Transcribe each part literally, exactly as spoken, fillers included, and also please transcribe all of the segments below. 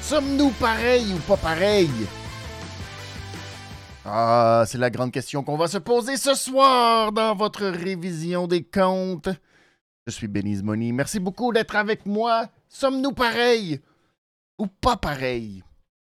Sommes-nous pareils ou pas pareils? Ah, c'est la grande question qu'on va se poser ce soir dans votre révision des comptes. Je suis Benise Money. Merci beaucoup d'être avec moi. Sommes-nous pareils ou pas pareils?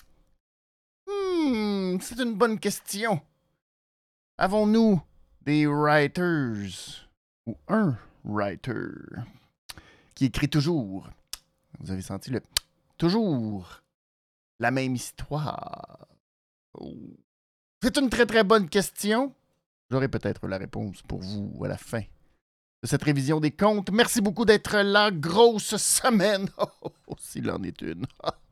Hmm, c'est une bonne question. Avons-nous des writers ou un writer qui écrit toujours? Vous avez senti le toujours la même histoire? Oh. C'est une très très bonne question. J'aurai peut-être la réponse pour vous à la fin de cette révision des comptes. Merci beaucoup d'être là. Grosse semaine. Oh, s'il en est une.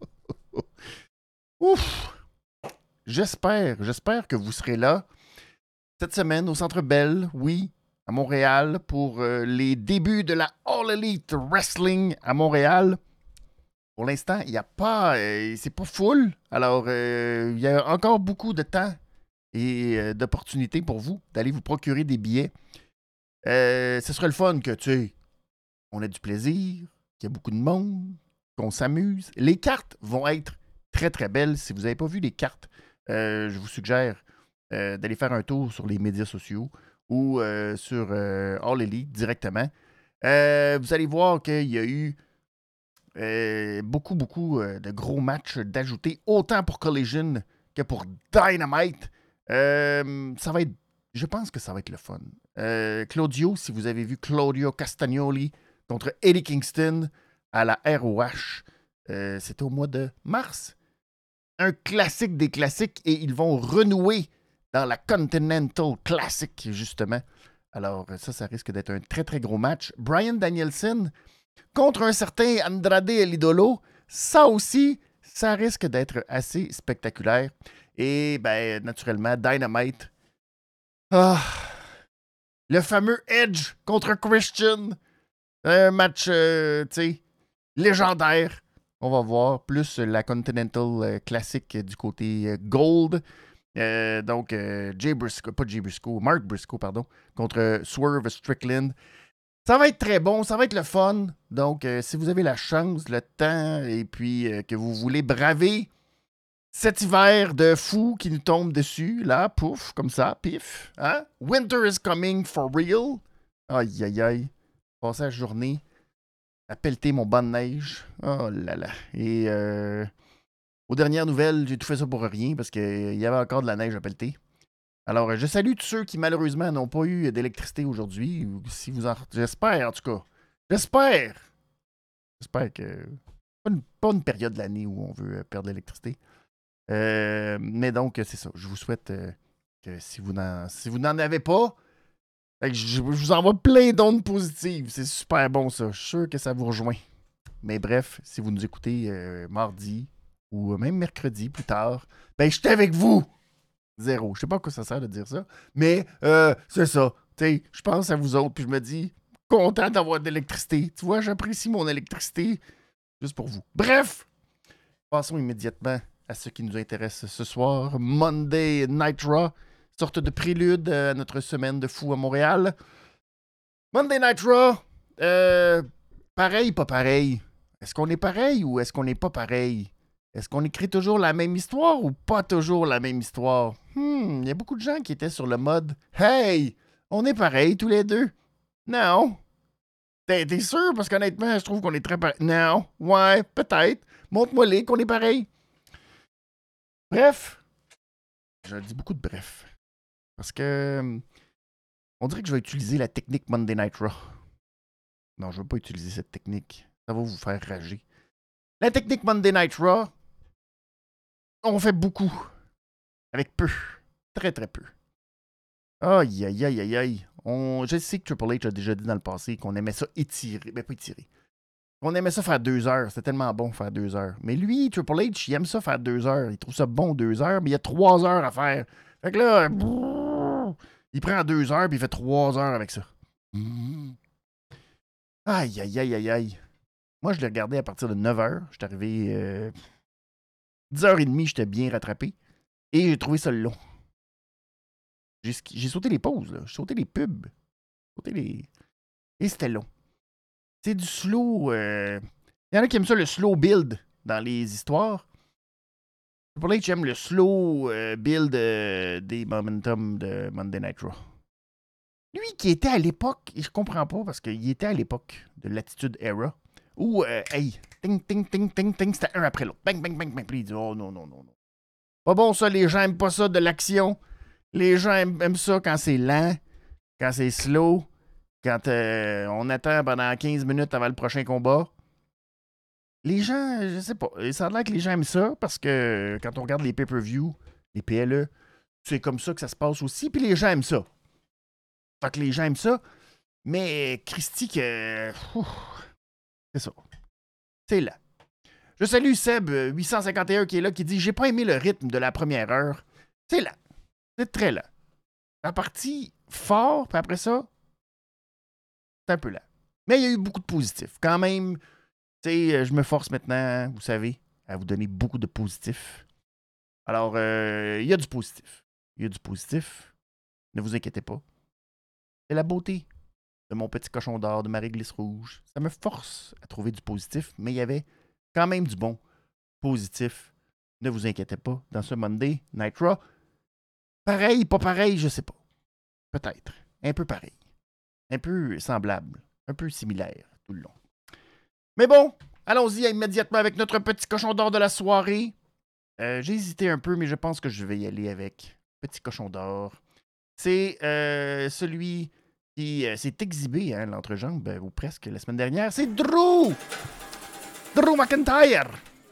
Ouf. J'espère, j'espère que vous serez là cette semaine au Centre Bell, oui, à Montréal, pour euh, les débuts de la All Elite Wrestling à Montréal. Pour l'instant, il n'y a pas, euh, c'est pas full. Alors, euh, il y a encore beaucoup de temps et euh, d'opportunités pour vous d'aller vous procurer des billets. Euh, ce serait le fun que, tu sais, on ait du plaisir, qu'il y ait beaucoup de monde, qu'on s'amuse. Les cartes vont être très, très belles. Si vous n'avez pas vu les cartes, euh, je vous suggère euh, d'aller faire un tour sur les médias sociaux ou euh, sur euh, All Elite directement. Euh, vous allez voir qu'il y a eu euh, beaucoup, beaucoup euh, de gros matchs d'ajouter, autant pour Collision que pour Dynamite. Euh, ça va être, je pense que ça va être le fun. Euh, Claudio, si vous avez vu Claudio Castagnoli contre Eddie Kingston à la R O H, euh, c'était au mois de mars. Un classique des classiques et ils vont renouer dans la Continental Classic, justement. Alors, ça, ça risque d'être un très, très gros match. Bryan Danielson contre un certain Andrade El Idolo, ça aussi, ça risque d'être assez spectaculaire. Et, ben, naturellement, Dynamite. Ah, le fameux Edge contre Christian. Un match, euh, tu sais, légendaire. On va voir. Plus la Continental euh, classique du côté euh, Gold. Euh, donc, euh, Jay Briscoe, pas Jay Briscoe, Mark Briscoe, pardon, contre euh, Swerve Strickland. Ça va être très bon, ça va être le fun. Donc, euh, si vous avez la chance, le temps, et puis euh, que vous voulez braver cet hiver de fou qui nous tombe dessus, là, pouf, comme ça, pif, hein? Winter is coming for real. Aïe, aïe, aïe. Passer la journée à pelleter mon banc de neige. Oh là là. Et euh, aux dernières nouvelles, j'ai tout fait ça pour rien parce qu'il y avait encore de la neige à pelleter. Alors, je salue tous ceux qui, malheureusement, n'ont pas eu d'électricité aujourd'hui. Si vous en... J'espère, en tout cas. J'espère. J'espère que... Pas une, pas une période de l'année où on veut perdre l'électricité. Euh, mais donc, c'est ça. Je vous souhaite euh, que si vous n'en, si vous n'en avez pas, je, je vous envoie plein d'ondes positives. C'est super bon, ça. Je suis sûr que ça vous rejoint. Mais bref, si vous nous écoutez euh, mardi ou même mercredi plus tard, ben, je suis avec vous. Zéro. Je sais pas à quoi ça sert de dire ça, mais euh, c'est ça. Tu sais, je pense à vous autres, puis je me dis, content d'avoir de l'électricité. Tu vois, j'apprécie mon électricité juste pour vous. Bref, passons immédiatement à ce qui nous intéresse ce soir. Monday Night Raw, sorte de prélude à notre semaine de fou à Montréal. Monday Night Raw, euh, pareil, pas pareil. Est-ce qu'on est pareil ou est-ce qu'on n'est pas pareil? Est-ce qu'on écrit toujours la même histoire ou pas toujours la même histoire? Hmm, il y a beaucoup de gens qui étaient sur le mode « Hey, on est pareil tous les deux. » Non. T'es, t'es sûr? Parce qu'honnêtement, je trouve qu'on est très pareil. Non. Ouais, peut-être. Montre-moi-les qu'on est pareil. Bref. Je dis beaucoup de bref. Parce que on dirait que je vais utiliser la technique Monday Night Raw. Non, je ne veux pas utiliser cette technique. Ça va vous faire rager. La technique Monday Night Raw, on fait beaucoup. Avec peu. Très, très peu. Aïe, aïe, aïe, aïe, aïe. On... Je sais que Triple H a déjà dit dans le passé qu'on aimait ça étirer. Ben, pas étirer. On aimait ça faire deux heures. C'était tellement bon faire deux heures. Mais lui, Triple H, il aime ça faire deux heures. Il trouve ça bon deux heures, mais il y a trois heures à faire. Fait que là, brrr, il prend deux heures, puis il fait trois heures avec ça. Mmh. Aïe, aïe, aïe, aïe, aïe. Moi, je l'ai regardé à partir de neuf heures. J'étais arrivé euh, dix heures trente, j'étais bien rattrapé. Et j'ai trouvé ça long. J'ai, j'ai sauté les pauses, là. J'ai sauté les pubs. J'ai sauté les... Et c'était long. C'est du slow. Il euh... y en a qui aiment ça, le slow build dans les histoires. Triple H aime le slow euh, build euh, des momentum de Monday Night Raw. Lui qui était à l'époque, et je comprends pas parce qu'il était à l'époque de l'Attitude Era, où, euh, hey, ting, ting, ting, ting, ting, c'était un après l'autre. Bang, bang, bang, bang. Puis il dit, oh non, non, non, non. Pas bon ça, les gens aiment pas ça de l'action. Les gens aiment, aiment ça quand c'est lent, quand c'est slow, quand euh, on attend pendant quinze minutes avant le prochain combat. Les gens, je sais pas, ça a l'air que les gens aiment ça parce que quand on regarde les pay-per-view, les P L E, c'est comme ça que ça se passe aussi, puis les gens aiment ça. Fait que les gens aiment ça, mais Christy, que. Ouf, c'est ça. C'est là. Je salue Seb huit cent cinquante et un qui est là, qui dit « J'ai pas aimé le rythme de la première heure. » C'est là. C'est très là. La partie fort, puis après ça, c'est un peu là. Mais il y a eu beaucoup de positifs. Quand même, tu sais, je me force maintenant, vous savez, à vous donner beaucoup de positifs. Alors, euh, il y a du positif. Il y a du positif. Ne vous inquiétez pas. C'est la beauté de mon petit cochon d'or, de ma réglisse rouge. Ça me force à trouver du positif, mais il y avait quand même du bon positif. Ne vous inquiétez pas. Dans ce Monday Night Raw, pareil, pas pareil, je sais pas. Peut-être. Un peu pareil. Un peu semblable. Un peu similaire tout le long. Mais bon, allons-y immédiatement avec notre petit cochon d'or de la soirée. Euh, j'ai hésité un peu, mais je pense que je vais y aller avec petit cochon d'or. C'est euh, celui qui euh, s'est exhibé, hein, l'entrejambe, euh, ou presque, la semaine dernière. C'est Drew! Drew McIntyre!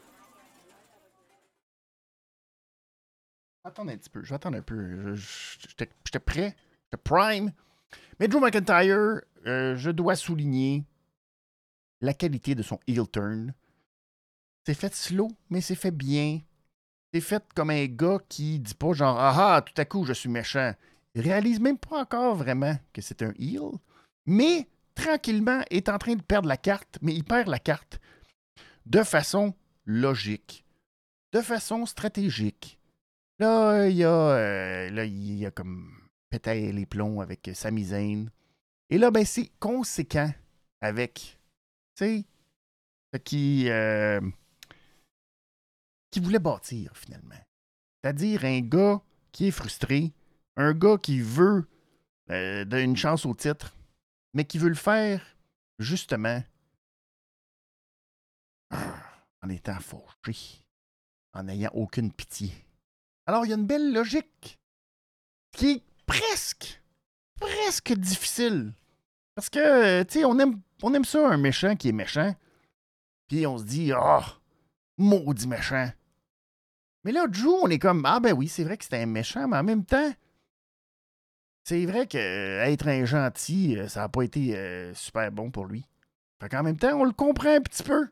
Attends un petit peu, je vais attendre un peu. J'étais prêt, j'étais prime. Mais Drew McIntyre, euh, je dois souligner la qualité de son heel turn. C'est fait slow, mais c'est fait bien. C'est fait comme un gars qui dit pas genre « Ah ah, tout à coup, je suis méchant ». Il réalise même pas encore vraiment que c'est un heel, mais tranquillement est en train de perdre la carte, mais il perd la carte de façon logique, de façon stratégique. Là, il y a, euh, là, il y a comme pété les plombs avec Sami Zayn. Et là, ben, c'est conséquent avec, tu sais, ce qui, euh, qui voulait bâtir finalement. C'est-à-dire un gars qui est frustré, un gars qui veut euh, une chance au titre, mais qui veut le faire justement en étant fauché, en n'ayant aucune pitié. Alors, il y a une belle logique qui est presque, presque difficile. Parce que, tu sais, on aime, on aime ça, un méchant qui est méchant. Puis on se dit, ah, oh, maudit méchant. Mais là, Drew, on est comme, ah ben oui, c'est vrai que c'était un méchant, mais en même temps, c'est vrai que euh, être un gentil, euh, ça n'a pas été euh, super bon pour lui. Fait qu'en même temps, on le comprend un petit peu.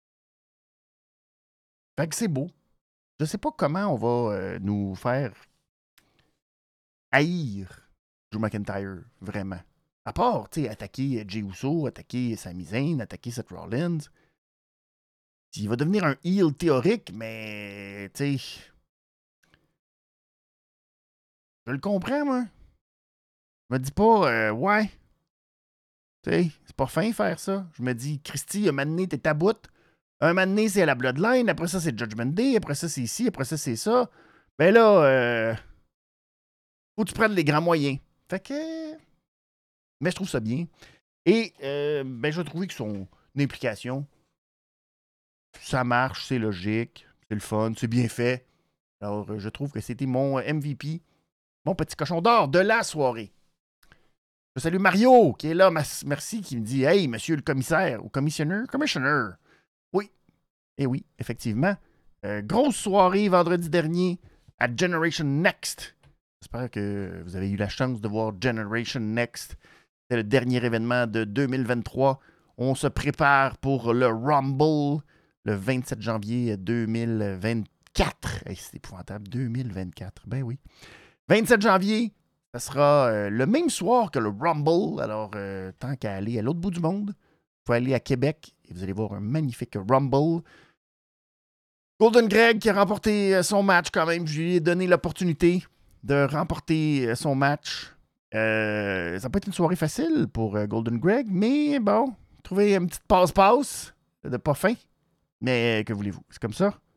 Fait que c'est beau. Je sais pas comment on va euh, nous faire haïr Drew McIntyre, vraiment. À part, tu sais, attaquer Jey Uso, attaquer Sami Zayn, attaquer Seth Rollins. Il va devenir un heel théorique, mais, tu sais, je le comprends, moi. Je me dis pas, euh, ouais, tu sais, c'est pas fin faire ça. Je me dis, Christy, un moment donné, t'es à bout. Un moment donné, c'est la Bloodline. Après ça, c'est Judgment Day. Après ça, c'est ici. Après ça, c'est ça. Ben là, euh, faut que tu prennes les grands moyens. Fait que... Mais je trouve ça bien. Et, euh, ben, je trouvais que son implication, ça marche, c'est logique, c'est le fun, c'est bien fait. Alors, je trouve que c'était mon M V P, mon petit cochon d'or de la soirée. Je salue Mario, qui est là, merci, qui me dit « Hey, monsieur le commissaire, ou commissionnaire, commissioner. » Oui, et oui, effectivement. Euh, grosse soirée vendredi dernier à Generation Next. J'espère que vous avez eu la chance de voir Generation Next. C'est le dernier événement de deux mille vingt-trois. On se prépare pour le Rumble le vingt-sept janvier deux mille vingt-quatre. Hey, c'est épouvantable, deux mille vingt-quatre. Ben oui. vingt-sept janvier, ça sera euh, le même soir que le Rumble. Alors, euh, tant qu'à aller à l'autre bout du monde, il faut aller à Québec et vous allez voir un magnifique Rumble. Golden Greg qui a remporté son match quand même. Je lui ai donné l'opportunité de remporter son match. Euh, ça n'a pas été une soirée facile pour euh, Golden Greg, mais bon, trouver une petite passe-passe de pas fin. Mais euh, que voulez-vous? C'est comme ça.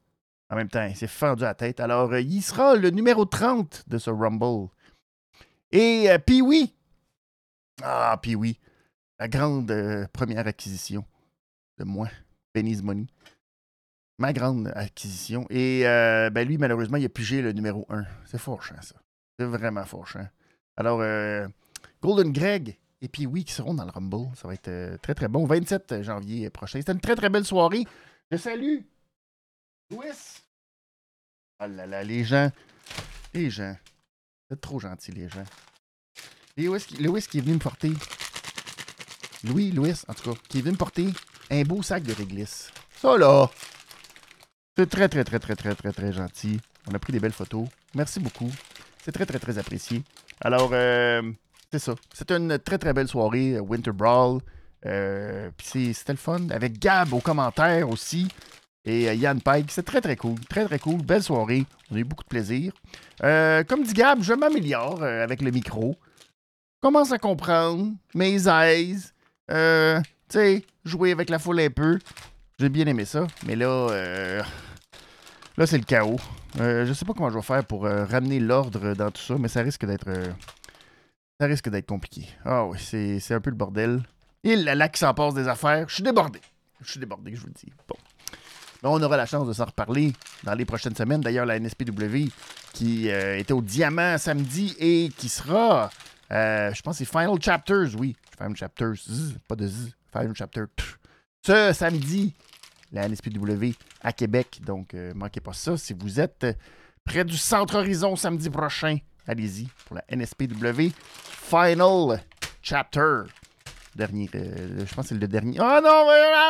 En même temps, il s'est fendu la tête. Alors, euh, il sera le numéro trente de ce Rumble. Et euh, Pee-Wee. Ah, Pee-Wee. La grande euh, première acquisition de moi, Benny's Money. Ma grande acquisition. Et euh, ben lui, malheureusement, il a pigé le numéro un. C'est fâchant, ça. C'est vraiment fâchant. Alors, euh, Golden Greg et Pee-Wee qui seront dans le Rumble. Ça va être euh, très, très bon. vingt-sept janvier prochain. C'était une très, très belle soirée. Je salue Louis. Oh là là, les gens. Les gens. Vous êtes trop gentils, les gens. Louis, Louis qui est venu me porter. Louis, Louis, en tout cas, qui est venu me porter un beau sac de réglisse. Ça, là. C'est très, très, très, très, très, très, très gentil. On a pris des belles photos. Merci beaucoup. C'est très, très, très apprécié. Alors, euh, c'est ça. C'était une très, très belle soirée, Winter Brawl. Euh, Puis c'était le fun. Avec Gab aux commentaires aussi. Et euh, Yann Pike. C'est très, très cool. Très, très cool. Belle soirée. On a eu beaucoup de plaisir. Euh, comme dit Gab, je m'améliore euh, avec le micro. Commence à comprendre mes aises. Euh, tu sais, jouer avec la foule un peu. J'ai bien aimé ça. Mais là, euh, là, c'est le chaos. Euh, je sais pas comment je vais faire pour euh, ramener l'ordre dans tout ça, mais ça risque d'être euh, ça risque d'être compliqué. Ah oui, c'est, c'est un peu le bordel. Et là, là qui s'en passe des affaires. Je suis débordé. Je suis débordé, je vous le dis. Bon. Mais on aura la chance de s'en reparler dans les prochaines semaines. D'ailleurs, la N S P W qui euh, était au Diamant samedi et qui sera, euh, je pense, c'est Final Chapters, oui. Final Chapters, zzz, pas de Z. Final Chapter. Pff. Ce samedi, la N S P W à Québec. Donc, euh, manquez pas ça. Si vous êtes près du Centre Horizon samedi prochain, allez-y pour la N S P W Final Chapter. Dernier, euh, je pense que c'est le dernier. Oh non!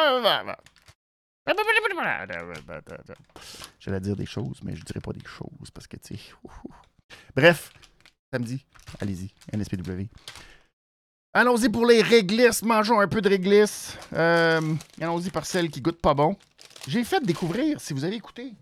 J'allais dire des choses, mais je dirais pas des choses parce que, tu sais. Bref, samedi, allez-y, N S P W. Allons-y pour les réglisses. Mangeons un peu de réglisse. Euh, allons-y par celle qui goûte pas bon. J'ai fait découvrir, si vous avez écouté.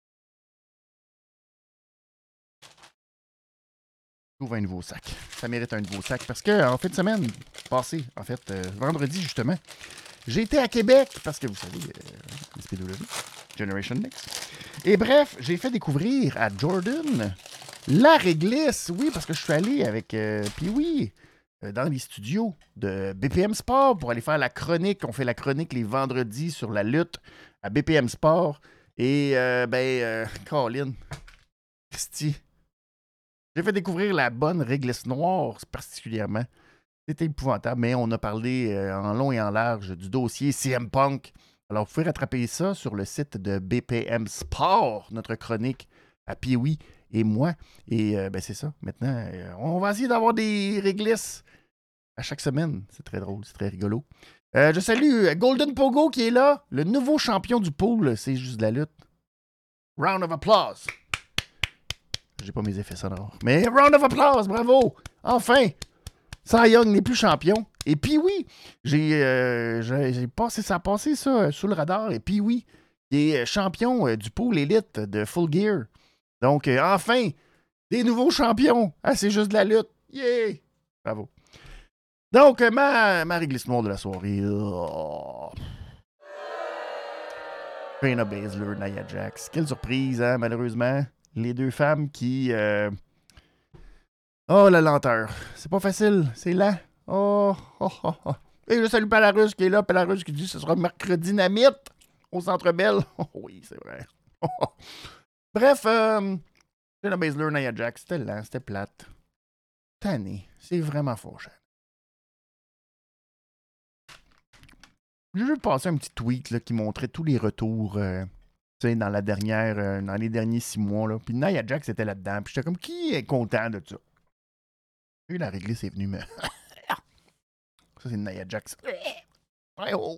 J'ouvre un nouveau sac. Ça mérite un nouveau sac parce que en fin de semaine passée, en fait, euh, vendredi justement, j'ai été à Québec parce que vous savez, euh, S P W, Generation Next. Et bref, j'ai fait découvrir à Jordan la réglisse. Oui, parce que je suis allé avec euh, Pee-Wee euh, dans les studios de B P M Sport pour aller faire la chronique. On fait la chronique les vendredis sur la lutte à B P M Sport. Et euh, ben, euh, Colin, Christy. J'ai fait découvrir la bonne réglisse noire, particulièrement. C'était épouvantable, mais on a parlé euh, en long et en large du dossier C M Punk. Alors, vous pouvez rattraper ça sur le site de B P M Sport, notre chronique à Pee-Wee et moi. Et euh, ben c'est ça. Maintenant, euh, on va essayer d'avoir des réglisses à chaque semaine. C'est très drôle, c'est très rigolo. Euh, je salue Golden Pogo qui est là, le nouveau champion du pool. C'est juste de la lutte. Round of applause. J'ai pas mes effets sonores. Mais round of applause, bravo! Enfin! Cy Young n'est plus champion. Et puis oui, j'ai, euh, j'ai, j'ai passé ça, passé ça euh, sous le radar. Et puis oui, il est champion euh, du pool élite de Full Gear. Donc, euh, enfin, des nouveaux champions. Ah, c'est juste de la lutte. Yeah! Bravo. Donc, euh, ma, ma réglisse noire de la soirée. Oh. Shayna Baszler, Nia Jax. Quelle surprise, hein, malheureusement. Les deux femmes qui... Euh... Oh, la lenteur. C'est pas facile. C'est lent. Oh, oh, oh, oh. Et je salue Palarus qui est là. Palarus qui dit que ce sera mercredi dynamite au Centre Bell. Oh, oui, c'est vrai. Oh, oh. Bref, euh... Shayna Baszler, Nia Jax, c'était lent, c'était plate. Tanné. C'est vraiment fauché. J'ai vu passer un petit tweet là, qui montrait tous les retours euh, dans la dernière, euh, dans les derniers six mois. Là. Puis Nia Jax était là-dedans. Puis j'étais comme, qui est content de ça? Et la réglisse est venue me... Ça, c'est Nia Jax. Oh.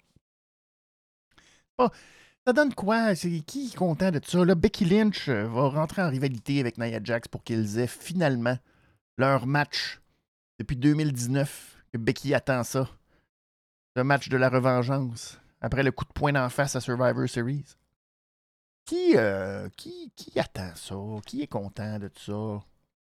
Oh, ça donne quoi? C'est qui est content de ça? Là, Becky Lynch va rentrer en rivalité avec Nia Jax pour qu'ils aient finalement leur match depuis deux mille dix-neuf. Que Becky attend ça. Le match de la revengeance. Après le coup de poing d'en face à Survivor Series. Qui, euh, qui, qui attend ça? Qui est content de ça?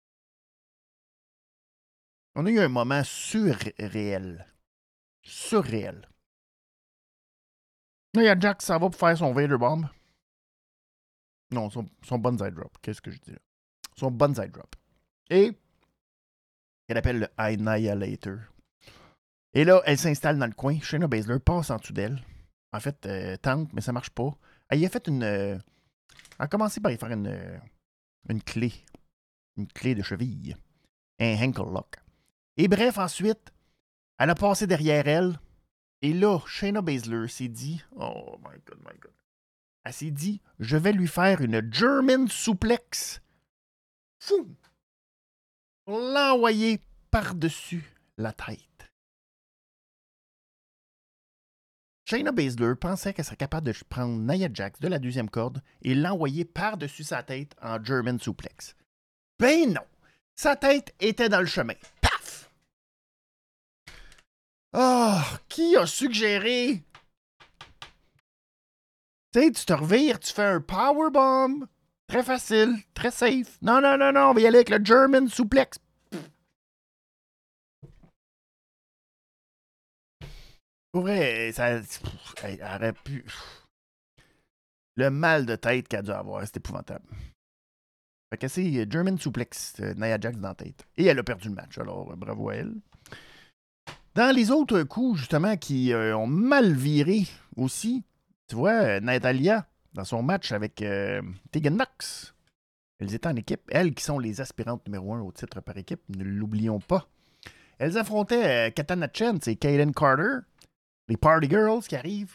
On a eu un moment surréel. Surréel. Là, il y a Jack qui s'en va pour faire son Vader Bomb. Non, son, son Banzai Drop. Qu'est-ce que je dis là? Son Banzai Drop. Et elle appelle le Annihilator. Et là, elle s'installe dans le coin. Shayna Baszler passe en dessous d'elle. En fait, euh, tente, mais ça marche pas. Elle y a fait une... Euh, elle a commencé par y faire une, euh, une clé. Une clé de cheville. Un ankle lock. Et bref, ensuite, elle a passé derrière elle. Et là, Shayna Baszler s'est dit... Oh my God, my God. Elle s'est dit, je vais lui faire une German suplex. Fou! Pour l'envoyer par-dessus la tête. Shayna Baszler pensait qu'elle serait capable de prendre Nia Jax de la deuxième corde et l'envoyer par-dessus sa tête en German suplex. Ben non! Sa tête était dans le chemin. Paf! Oh, qui a suggéré? Tu sais, tu te revires, tu fais un powerbomb. Très facile, très safe. Non, non, non, non, on va y aller avec le German suplex. Pour vrai, ça elle aurait pu... Le mal de tête qu'elle a dû avoir, c'est épouvantable. Fait que c'est German suplex, euh, Nia Jax dans la tête. Et elle a perdu le match, alors bravo à elle. Dans les autres coups, justement, qui euh, ont mal viré aussi, tu vois, Natalia, dans son match avec euh, Tegan Nox, elles étaient en équipe. Elles qui sont les aspirantes numéro un au titre par équipe, ne l'oublions pas. Elles affrontaient euh, Katana Chen, c'est Kaylin Carter, les Party Girls qui arrivent.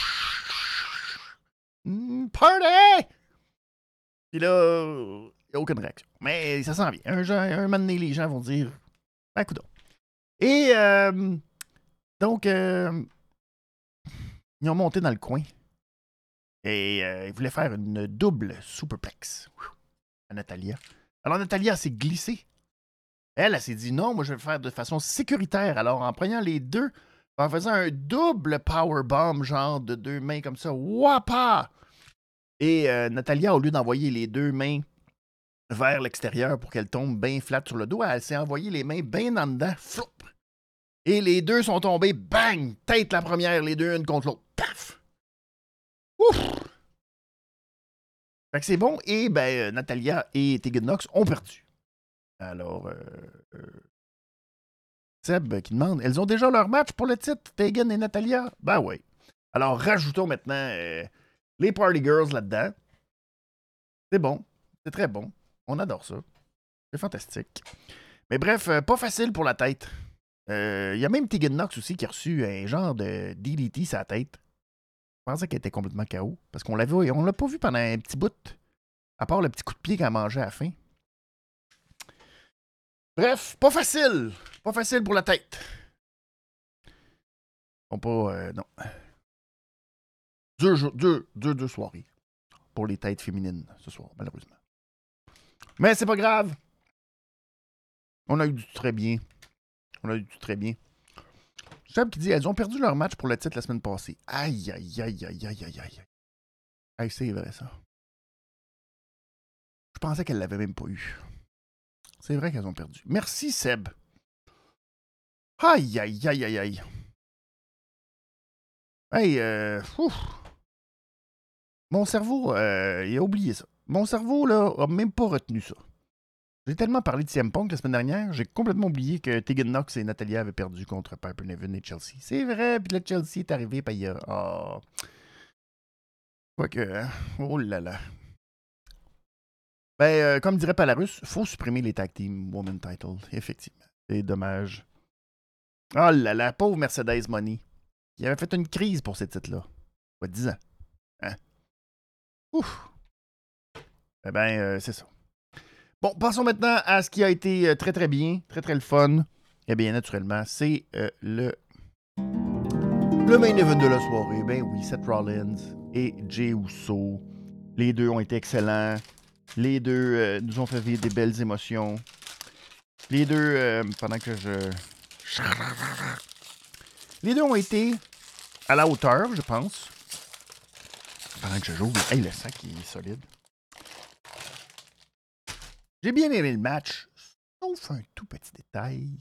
Mm, party! Puis là, il n'y a aucune réaction. Mais ça s'en vient. Un, un moment donné, les gens vont dire ben, coudonc. Et euh, donc, euh, ils ont monté dans le coin. Et euh, ils voulaient faire une double superplex à Natalia. Alors, Natalia s'est glissée. Elle, elle s'est dit non, moi, je vais le faire de façon sécuritaire. Alors, en prenant les deux, en faisant un double powerbomb, genre de deux mains comme ça, wapa! Et euh, Natalia, au lieu d'envoyer les deux mains vers l'extérieur pour qu'elle tombe bien flat sur le dos, elle s'est envoyée les mains bien en dedans, floup! Et les deux sont tombés, bang! Tête la première, les deux, une contre l'autre. Paf! Ouf! Fait que c'est bon. Et ben, Natalia et Tegan Nox ont perdu. Alors, euh, euh, Seb qui demande, elles ont déjà leur match pour le titre, Tegan et Natalia? Ben oui. Alors, rajoutons maintenant euh, les Party Girls là-dedans. C'est bon. C'est très bon. On adore ça. C'est fantastique. Mais bref, euh, pas facile pour la tête. Il euh, y a même Tegan Nox aussi qui a reçu un genre de D D T sa tête. Je pensais qu'elle était complètement K O. Parce qu'on l'avait, on l'a pas vu pendant un petit bout. À part le petit coup de pied qu'elle mangeait à la fin. Bref, pas facile. Pas facile pour la tête. On pas. Euh, non. Deux, deux, deux, deux soirées pour les têtes féminines ce soir, malheureusement. Mais c'est pas grave. On a eu du très bien. On a eu du très bien. Seb qui dit elles ont perdu leur match pour le titre la semaine passée. Aïe, aïe, aïe, aïe, aïe, aïe, aïe. Aïe, c'est vrai ça. Je pensais qu'elles l'avaient même pas eu. C'est vrai qu'elles ont perdu. Merci, Seb. Aïe, aïe, aïe, aïe, aïe. Hey, euh, ouf. Mon cerveau, euh, il a oublié ça. Mon cerveau, là, a même pas retenu ça. J'ai tellement parlé de C M Punk la semaine dernière, j'ai complètement oublié que Tegan Nox et Natalia avaient perdu contre Piper Niven et Chelsea. C'est vrai, puis le Chelsea est arrivé, puis il y a... Oh. Quoique, hein. Oh là là. Ben, euh, comme dirait Palarus, faut supprimer les tag team woman title, effectivement. C'est dommage. Oh là là, pauvre Mercedes Money. Il avait fait une crise pour ces titres-là. Quoi, dix ans. Hein? Ouf. Eh ben, euh, c'est ça. Bon, passons maintenant à ce qui a été très très bien, très très le fun. Eh bien, naturellement, c'est euh, le... le main event de la soirée. Ben oui, Seth Rollins et Jey Uso. Les deux ont été excellents. Les deux euh, nous ont fait vivre des belles émotions. Les deux, euh, pendant que je... Les deux ont été à la hauteur, je pense. Pendant que je joue. Hey, le sac, il est solide. J'ai bien aimé le match, sauf un tout petit détail.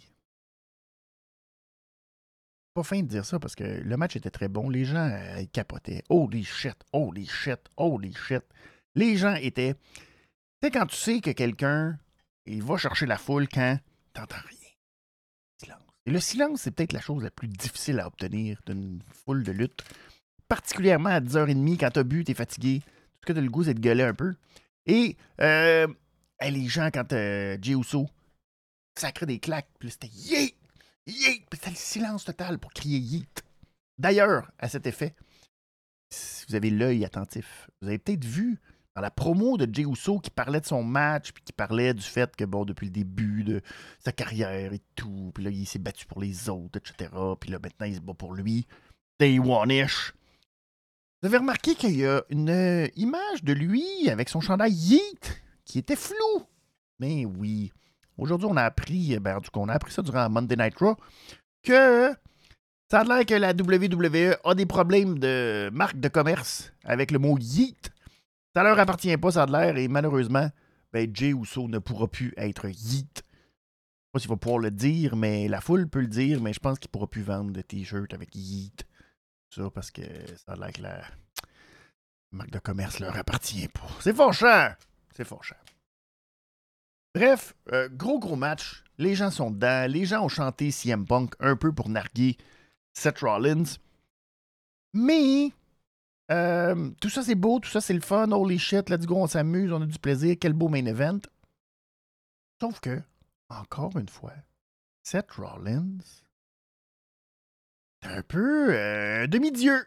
Pas fin de dire ça parce que le match était très bon. Les gens euh, capotaient. Holy shit, holy shit, holy shit. Les gens étaient... Tu sais, quand tu sais que quelqu'un, il va chercher la foule quand t'entends rien. Silence. Et le silence, c'est peut-être la chose la plus difficile à obtenir d'une foule de lutte. Particulièrement à dix heures trente, quand t'as bu, t'es fatigué. Tout ce que t'as le goût, c'est de gueuler un peu. Et euh, les gens, quand euh, Jey Uso sacrait des claques, puis c'était yeet! Yeet! Puis c'était le silence total pour crier yeet. D'ailleurs, à cet effet, si vous avez l'œil attentif, vous avez peut-être vu dans la promo de Jey Uso qui parlait de son match, puis qui parlait du fait que, bon, depuis le début de sa carrière et tout, puis là, il s'est battu pour les autres, et cetera. Puis là, maintenant, il se bat pour lui. Day One-ish. Vous avez remarqué qu'il y a une euh, image de lui avec son chandail Yeet qui était flou. Mais oui. Aujourd'hui, on a appris, ben, en tout cas, on a appris ça durant Monday Night Raw, que ça a l'air que la W W E a des problèmes de marque de commerce avec le mot Yeet. Ça leur appartient pas, ça a l'air, et malheureusement, ben, Jey Uso ne pourra plus être Yeet. Je ne sais pas s'il va pouvoir le dire, mais la foule peut le dire, mais je pense qu'il ne pourra plus vendre de t-shirts avec Yeet. Ça, parce que ça a l'air que la marque de commerce leur appartient pas. C'est fâchant! C'est fâchant. Bref, euh, gros gros match. Les gens sont dedans. Les gens ont chanté C M Punk un peu pour narguer Seth Rollins. Mais euh, tout ça c'est beau, tout ça c'est le fun. Holy shit, let's go, on s'amuse, on a du plaisir. Quel beau main event. Sauf que, encore une fois, Seth Rollins c'est un peu euh, demi-dieu.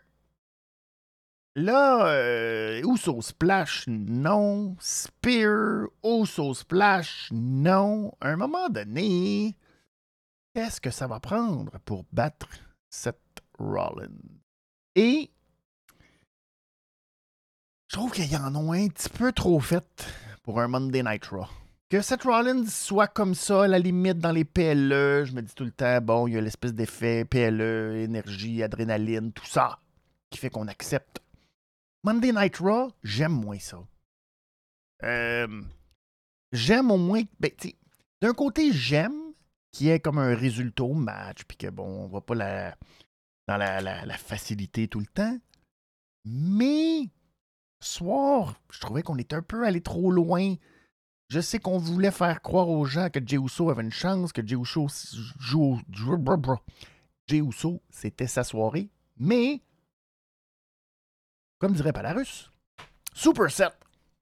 Là, euh, Uso Splash, non. Spear, Uso Splash, non. À un moment donné, qu'est-ce que ça va prendre pour battre Seth Rollins? Et je trouve qu'ils en ont un petit peu trop fait pour un Monday Night Raw. Que Seth Rollins soit comme ça, à la limite, dans les P L E, je me dis tout le temps, bon, il y a l'espèce d'effet P L E, énergie, adrénaline, tout ça, qui fait qu'on accepte. Monday Night Raw, j'aime moins ça. Euh, j'aime au moins... Ben, d'un côté, j'aime qu'il y ait comme un résultat au match, puis que, bon, on va pas la, dans la, la, la facilité tout le temps. Mais, ce soir, je trouvais qu'on était un peu allé trop loin. Je sais qu'on voulait faire croire aux gens que Jey Uso avait une chance, que Jey Uso joue... Jey Uso, c'était sa soirée, mais... Comme dirait Palarus, Super Set.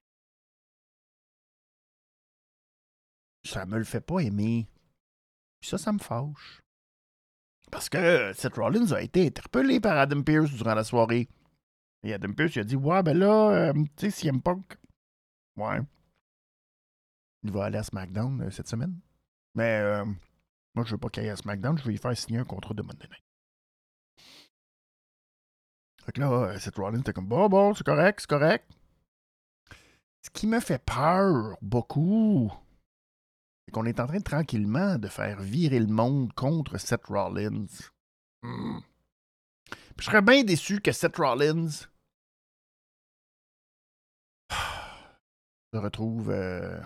Ça me le fait pas aimer. Puis ça, ça me fâche. Parce que Seth Rollins a été interpellé par Adam Pearce durant la soirée. Et Adam Pearce, il a dit, ouais, ben là, euh, tu sais, C M Punk, ouais, il va aller à SmackDown euh, cette semaine. Mais euh, moi, je veux pas qu'il aille à SmackDown, je veux lui faire signer un contrat de Monday Night. Fait que là, euh, Seth Rollins était comme, bon, bon, c'est correct, c'est correct. Ce qui me fait peur beaucoup, c'est qu'on est en train de, tranquillement de faire virer le monde contre Seth Rollins. Hmm. Puis je serais bien déçu que Seth Rollins se retrouve euh,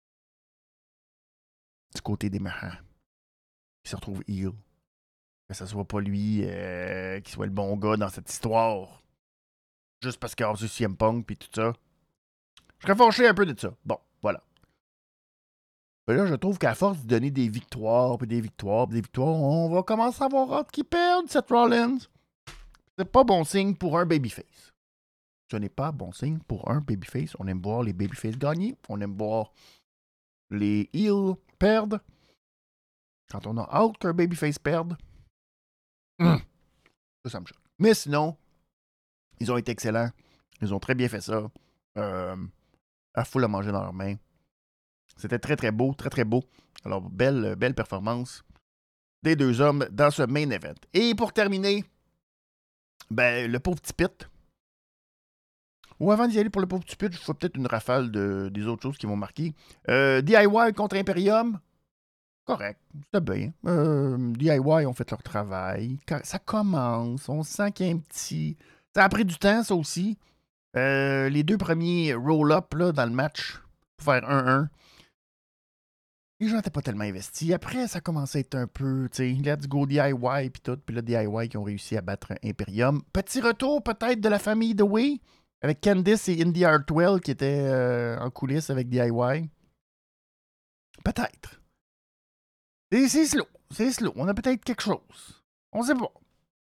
du côté des méchants. Qu'il se retrouve heel. Que ce soit pas lui euh, qui soit le bon gars dans cette histoire. Juste parce qu'il a reçu C M Punk puis tout ça. Je serais fâché un peu de ça. Bon, voilà. Mais là, je trouve qu'à force de donner des victoires, puis des victoires, puis des victoires, on va commencer à avoir hâte qu'ils perdent, Seth Rollins. C'est pas bon signe pour un babyface. Ce n'est pas bon signe pour un babyface. On aime voir les babyface gagner. On aime voir les heels perdre. Quand on a hâte qu'un babyface perde, hum, ça, ça me choque. Mais sinon, ils ont été excellents. Ils ont très bien fait ça. Euh, à foule à manger dans leurs mains. C'était très, très beau, très, très beau. Alors, belle, belle performance des deux hommes dans ce main event. Et pour terminer, ben, le pauvre petit Pit. Ou avant d'y aller pour le pauvre petit Pit, je ferai peut-être une rafale de, des autres choses qui vont marquer. Euh, D I Y contre Imperium. Correct, c'était bien. Euh, D I Y ont fait leur travail. Ça commence, on sent qu'il y a un petit... Ça a pris du temps, ça aussi. Euh, les deux premiers roll-up là, dans le match, pour faire un un. Les gens n'étaient pas tellement investis. Après, ça commençait à être un peu, tu sais, let's go D I Y, puis tout. Puis là, D I Y qui ont réussi à battre Imperium. Petit retour peut-être de la famille de Way. avec Candice et Indy Hartwell qui étaient euh, en coulisses avec D I Y. Peut-être. C'est, c'est slow. C'est slow. On a peut-être quelque chose. On sait pas.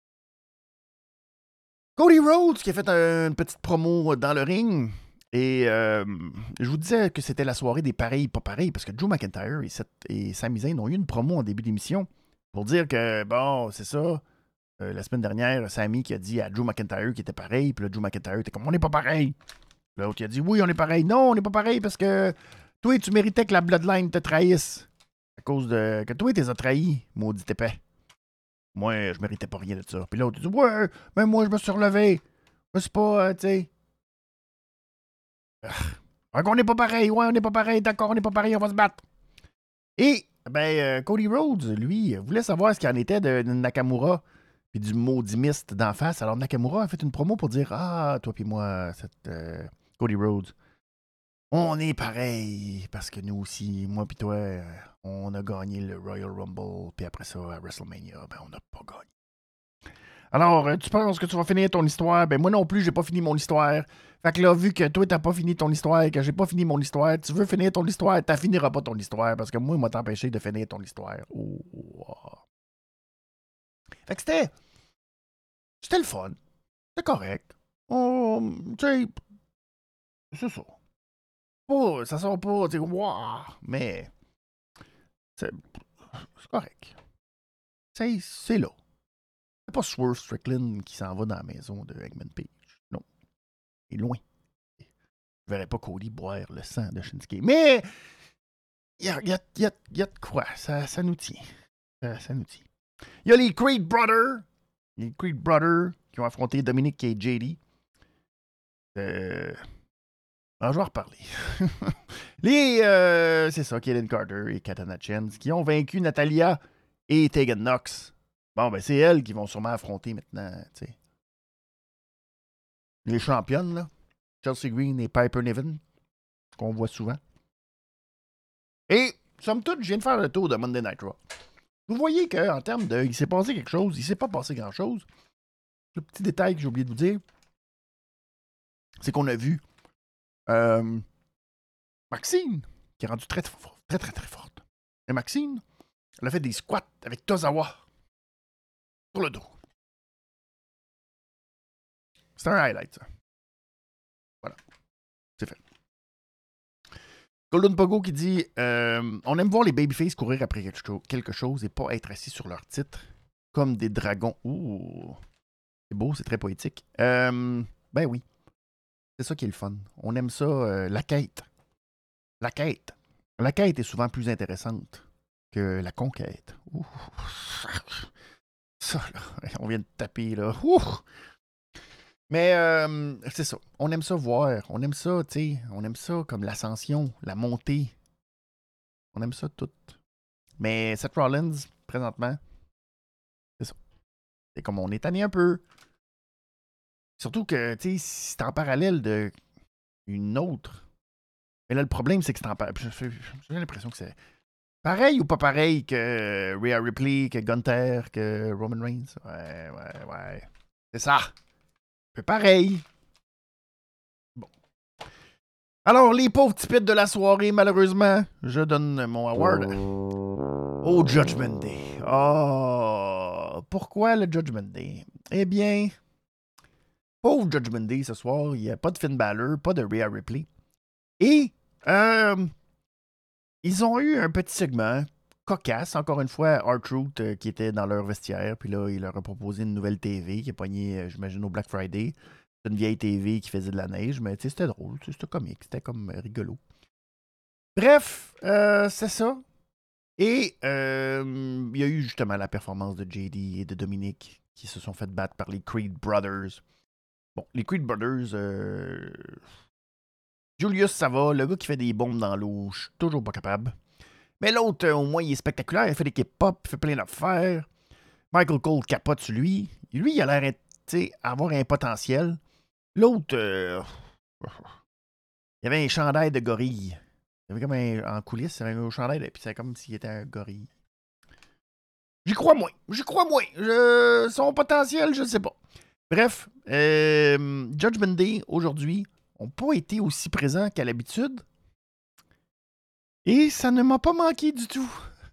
Cody Rhodes qui a fait un, une petite promo dans le ring. Et euh, je vous disais que c'était la soirée des pareils pas pareils parce que Drew McIntyre et, Seth, et Sami Zayn ont eu une promo en début d'émission pour dire que, bon, c'est ça. Euh, la semaine dernière, Sami qui a dit à Drew McIntyre qu'il était pareil. Puis là, Drew McIntyre était comme, on n'est pas pareil. L'autre, il a dit, oui, on est pareil. Non, on n'est pas pareil parce que toi, tu méritais que la Bloodline te trahisse. À cause de. Que toi, tu les as trahis, maudit épais. Moi, je méritais pas rien de ça. Puis l'autre, il dit, ouais, mais moi, je me suis relevé. Je sais pas, euh, tu sais. Ah, on n'est pas pareil. Ouais, on n'est pas pareil. D'accord, on n'est pas pareil. On va se battre. Et, ben, euh, Cody Rhodes, lui, voulait savoir ce qu'il en était de, de Nakamura puis du maudit mist d'en face. Alors, Nakamura a fait une promo pour dire, ah, toi puis moi, cette, euh, Cody Rhodes, on est pareil, parce que nous aussi, moi pis toi, euh, on a gagné le Royal Rumble, puis après ça, à WrestleMania, ben on n'a pas gagné. Alors, euh, tu penses que tu vas finir ton histoire? Ben moi non plus, j'ai pas fini mon histoire. Fait que là, vu que toi, t'as pas fini ton histoire et que j'ai pas fini mon histoire, tu veux finir ton histoire, t'as finiras pas ton histoire, parce que moi, il m'a t'empêché de finir ton histoire. Oh, oh. Fait que c'était... C'était le fun. C'était correct. Oh, tu sais... C'est ça. Oh, ça sort pas, tu sais, waouh, mais... C'est, c'est correct. C'est, c'est là. C'est pas Swerve Strickland qui s'en va dans la maison de Eggman Page. Non. Il est loin. Je verrais pas Cody boire le sang de Shinsuke. Mais il y a, y, a, y, a, y a de quoi. Ça, ça nous tient. Ça, ça nous tient. Il y a les Creed Brothers. Les Creed Brothers qui ont affronté Dominic et J D. Euh... Alors, je vais en reparler. les, euh, c'est ça, Kaden Carter et Katana Chance qui ont vaincu Natalia et Tegan Nox. Bon, ben, c'est elles qui vont sûrement affronter maintenant, tu sais. Les championnes, là. Chelsea Green et Piper Niven, qu'on voit souvent. Et, somme toute, je viens de faire le tour de Monday Night Raw. Vous voyez qu'en termes de... Il s'est passé quelque chose, il s'est pas passé grand-chose. Le petit détail que j'ai oublié de vous dire, c'est qu'on a vu euh, Maxine, qui est rendue très, très, très, très, très forte. Et Maxine, elle a fait des squats avec Tozawa sur le dos. C'est un highlight, ça. Voilà. C'est fait. Golden Pogo qui dit euh, on aime voir les babyface courir après quelque chose et pas être assis sur leur titre comme des dragons. Ouh, c'est beau, c'est très poétique. Euh, ben oui, c'est ça qui est le fun. On aime ça, euh, la quête. La quête. La quête est souvent plus intéressante que la conquête. Ouh. Ça, là, on vient de taper, là. Ouh. Mais euh, c'est ça. On aime ça voir. On aime ça, tu sais. On aime ça comme l'ascension, la montée. On aime ça tout. Mais Seth Rollins, présentement, c'est ça. C'est comme on est tanné un peu. Surtout que, tu sais, c'est en parallèle de une autre. Mais là, le problème, c'est que c'est en parallèle. J'ai l'impression que c'est pareil ou pas pareil que Rhea Ripley, que Gunther, que Roman Reigns. Ouais, ouais, ouais. C'est ça. Un peu pareil. Bon. Alors, les pauvres tipites de la soirée, malheureusement, je donne mon award au Judgment Day. Oh, pourquoi le Judgment Day? Eh bien, pauvre Judgment Day ce soir, il n'y a pas de Finn Balor, pas de Rhea Ripley. Et, euh, ils ont eu un petit segment cocasse, encore une fois, R-Truth euh, qui était dans leur vestiaire, puis là, il leur a proposé une nouvelle T V qui est pognée, euh, j'imagine, au Black Friday. C'est une vieille T V qui faisait de la neige, mais tu sais, c'était drôle, c'était comique, c'était comme euh, rigolo. Bref, euh, c'est ça. Et euh, il y a eu justement la performance de J D et de Dominic qui se sont fait battre par les Creed Brothers. Bon, les Creed Brothers, euh... Julius, ça va, le gars qui fait des bombes dans l'eau, je suis toujours pas capable. Mais l'autre, euh, au moins, il est spectaculaire, il fait des K-pop, il fait plein d'affaires. Michael Cole capote sur lui. Lui, il a l'air d'avoir un potentiel. L'autre, euh... il y avait un chandail de gorille. Il y avait comme un, en coulisses, il y avait un chandail, puis c'est comme s'il était un gorille. J'y crois moins. J'y crois moins. Je... Son potentiel, je sais pas. Bref, euh, Judgment Day, aujourd'hui, n'ont pas été aussi présents qu'à l'habitude. Et ça ne m'a pas manqué du tout.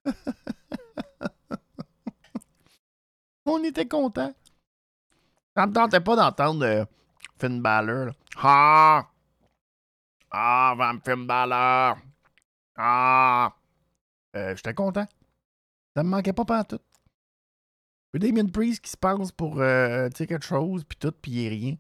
On était contents. Ça me tentait pas d'entendre euh, Finn Balor. Là. Ah! Ah, Van Finn Balor! Ah! Euh, J'étais content. Ça me manquait pas pantoute. Le Damien Priest qui se passe pour euh, tu sais, quelque chose, puis tout, puis il est rien.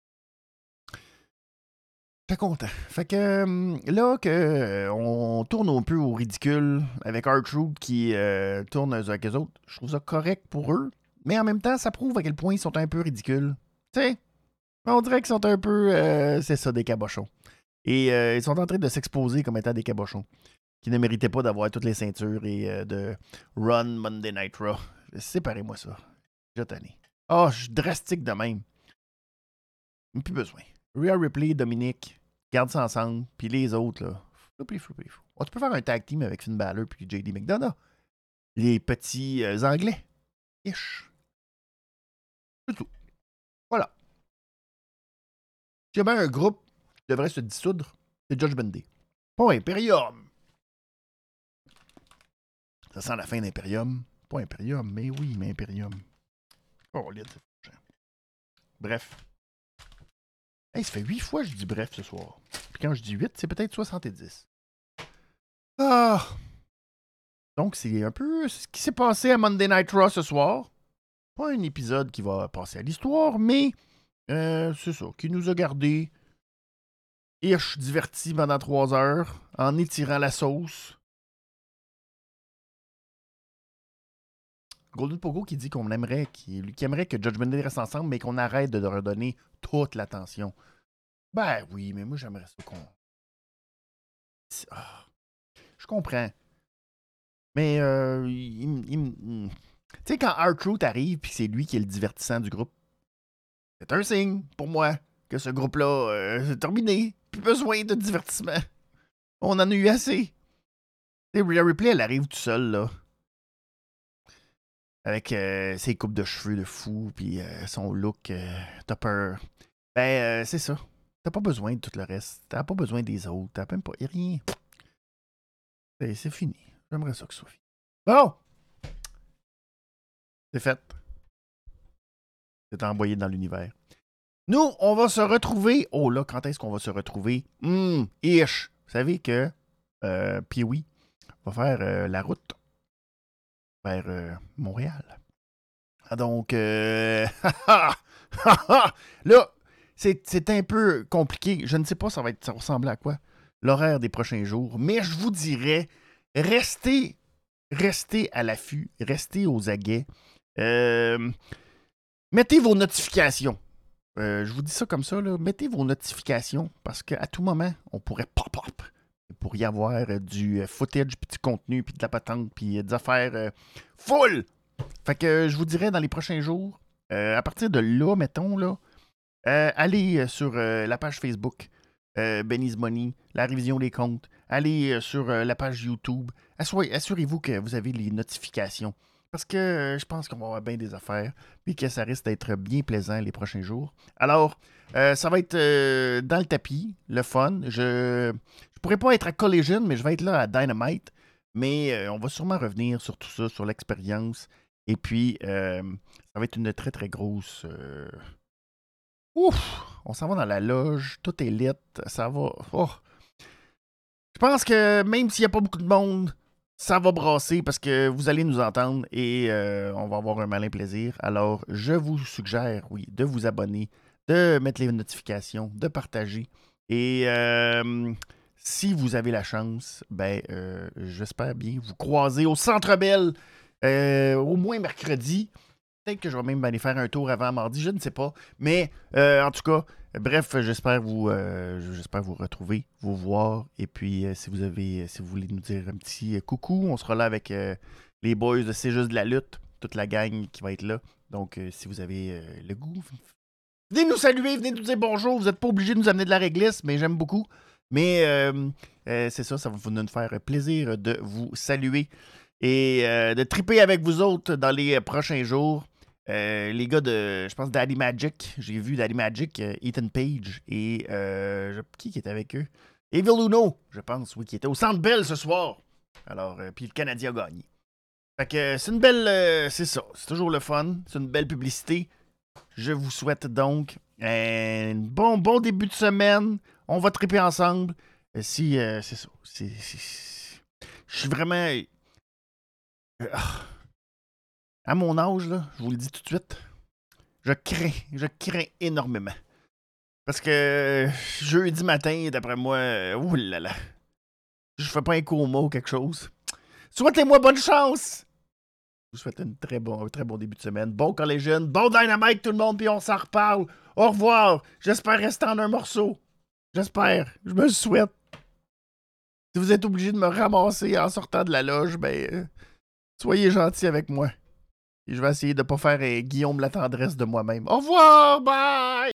J'étais content. Fait que euh, là, que, euh, on tourne un peu au ridicule avec R-Truth qui euh, tourne avec eux autres, je trouve ça correct pour eux. Mais en même temps, ça prouve à quel point ils sont un peu ridicules. Tu sais, on dirait qu'ils sont un peu, euh, c'est ça, des cabochons. Et euh, ils sont en train de s'exposer comme étant des cabochons qui ne méritaient pas d'avoir toutes les ceintures et euh, de Run Monday Night Raw. Séparez-moi ça. J'ai tanné. Ah, oh, je suis drastique de même. Plus besoin. Rhea Ripley, Dominique, garde ça ensemble. Puis les autres, là. Floupé, floupé, flou. Oh, tu peux faire un tag team avec Finn Balor puis J D McDonough. Les petits euh, Anglais. Ish. C'est tout. Voilà. S'il y a bien un groupe qui devrait se dissoudre, c'est Judgment Day. Pas Imperium. Ça sent la fin d'Imperium. Pas Imperium, mais oui, mais Imperium. Oh, lit. Bref. Hey, ça fait huit fois que je dis bref ce soir. Puis quand je dis huit, c'est peut-être soixante-dix. Ah! Donc, c'est un peu ce qui s'est passé à Monday Night Raw ce soir. Pas un épisode qui va passer à l'histoire, mais euh, c'est ça, qui nous a gardé Hirsch diverti pendant trois heures en étirant la sauce. Golden Pogo qui dit qu'on aimerait, qui, qui aimerait que Judgment Day reste ensemble, mais qu'on arrête de leur donner toute l'attention. Ben oui, mais moi j'aimerais ça qu'on. Oh, je comprends. Mais euh, il, il, il... tu sais, quand R-Truth arrive puis c'est lui qui est le divertissant du groupe, c'est un signe pour moi que ce groupe-là euh, c'est terminé. Plus besoin de divertissement. On en a eu assez. Tu sais, Rhea Ripley, elle arrive tout seule, là. Avec euh, ses coupes de cheveux de fou, puis euh, son look euh, topper. Ben, euh, c'est ça. T'as pas besoin de tout le reste. T'as pas besoin des autres. T'as même pas. Y'a rien. C'est, c'est fini. J'aimerais ça que ce soit fini. Bon! C'est fait. C'est envoyé dans l'univers. Nous, on va se retrouver. Oh là, quand est-ce qu'on va se retrouver? Hum, ish. Vous savez que euh, Pee-Wee va faire euh, la route vers euh, Montréal. Ah, donc, euh... là, c'est, c'est un peu compliqué. Je ne sais pas ça va, être, ça va ressembler à quoi l'horaire des prochains jours, mais je vous dirais, restez, restez à l'affût, restez aux aguets. Euh, mettez vos notifications. Euh, je vous dis ça comme ça, là. Mettez vos notifications parce qu'à tout moment, on pourrait pop-up. Il pourrait y avoir euh, du footage, puis du contenu, puis de la patente, puis euh, des affaires euh, full. Fait que euh, je vous dirais dans les prochains jours, euh, à partir de là, mettons, là, euh, allez sur euh, la page Facebook euh, Benny's Money, la révision des comptes. Allez euh, sur euh, la page YouTube. Assurez, assurez-vous que vous avez les notifications. Parce que euh, je pense qu'on va avoir bien des affaires. Puis que ça risque d'être bien plaisant les prochains jours. Alors, euh, ça va être euh, dans le tapis, le fun. Je ne pourrais pas être à Collision, mais je vais être là à Dynamite. Mais euh, on va sûrement revenir sur tout ça, sur l'expérience. Et puis, euh, ça va être une très, très grosse... Euh... Ouf! On s'en va dans la loge, tout est lit, ça va... Oh. Je pense que même s'il n'y a pas beaucoup de monde, ça va brasser parce que vous allez nous entendre et euh, on va avoir un malin plaisir. Alors, je vous suggère, oui, de vous abonner, de mettre les notifications, de partager. Et euh, si vous avez la chance, ben, euh, j'espère bien vous croiser au Centre Bell, euh, au moins mercredi. Peut-être que je vais même aller faire un tour avant mardi, je ne sais pas. Mais euh, en tout cas, bref, j'espère vous, euh, j'espère vous retrouver, vous voir. Et puis, euh, si vous avez, si vous voulez nous dire un petit euh, coucou, on sera là avec euh, les boys de C'est juste de la lutte, toute la gang qui va être là. Donc, euh, si vous avez euh, le goût, venez nous saluer, venez nous dire bonjour. Vous n'êtes pas obligé de nous amener de la réglisse, mais j'aime beaucoup. Mais euh, euh, c'est ça, ça va nous faire plaisir de vous saluer et euh, de triper avec vous autres dans les prochains jours. Euh, les gars de, je pense, Daddy Magic. J'ai vu Daddy Magic, euh, Ethan Page et euh, je- qui qui était avec eux? Evil Uno, je pense, oui, qui était au Centre Bell ce soir. Alors, euh, puis le Canadien a gagné. Fait que euh, c'est une belle, euh, c'est ça, c'est toujours le fun, c'est une belle publicité. Je vous souhaite donc un bon, bon début de semaine. On va triper ensemble. Euh, si, euh, c'est ça, c'est, c'est- je suis vraiment, euh, ah, à mon âge là, je vous le dis tout de suite. Je crains, je crains énormément. Parce que euh, jeudi matin, d'après moi, euh, oulala, je fais pas un coma ou quelque chose. Souhaitez-moi bonne chance! Je vous souhaite une très bon, un très bon début de semaine. Bon Collision, bon Dynamite tout le monde, puis on s'en reparle. Au revoir. J'espère rester en un morceau. J'espère. Je me le souhaite. Si vous êtes obligé de me ramasser en sortant de la loge, ben, euh, soyez gentil avec moi. Et je vais essayer de pas faire euh, Guillaume la tendresse de moi-même. Au revoir, bye!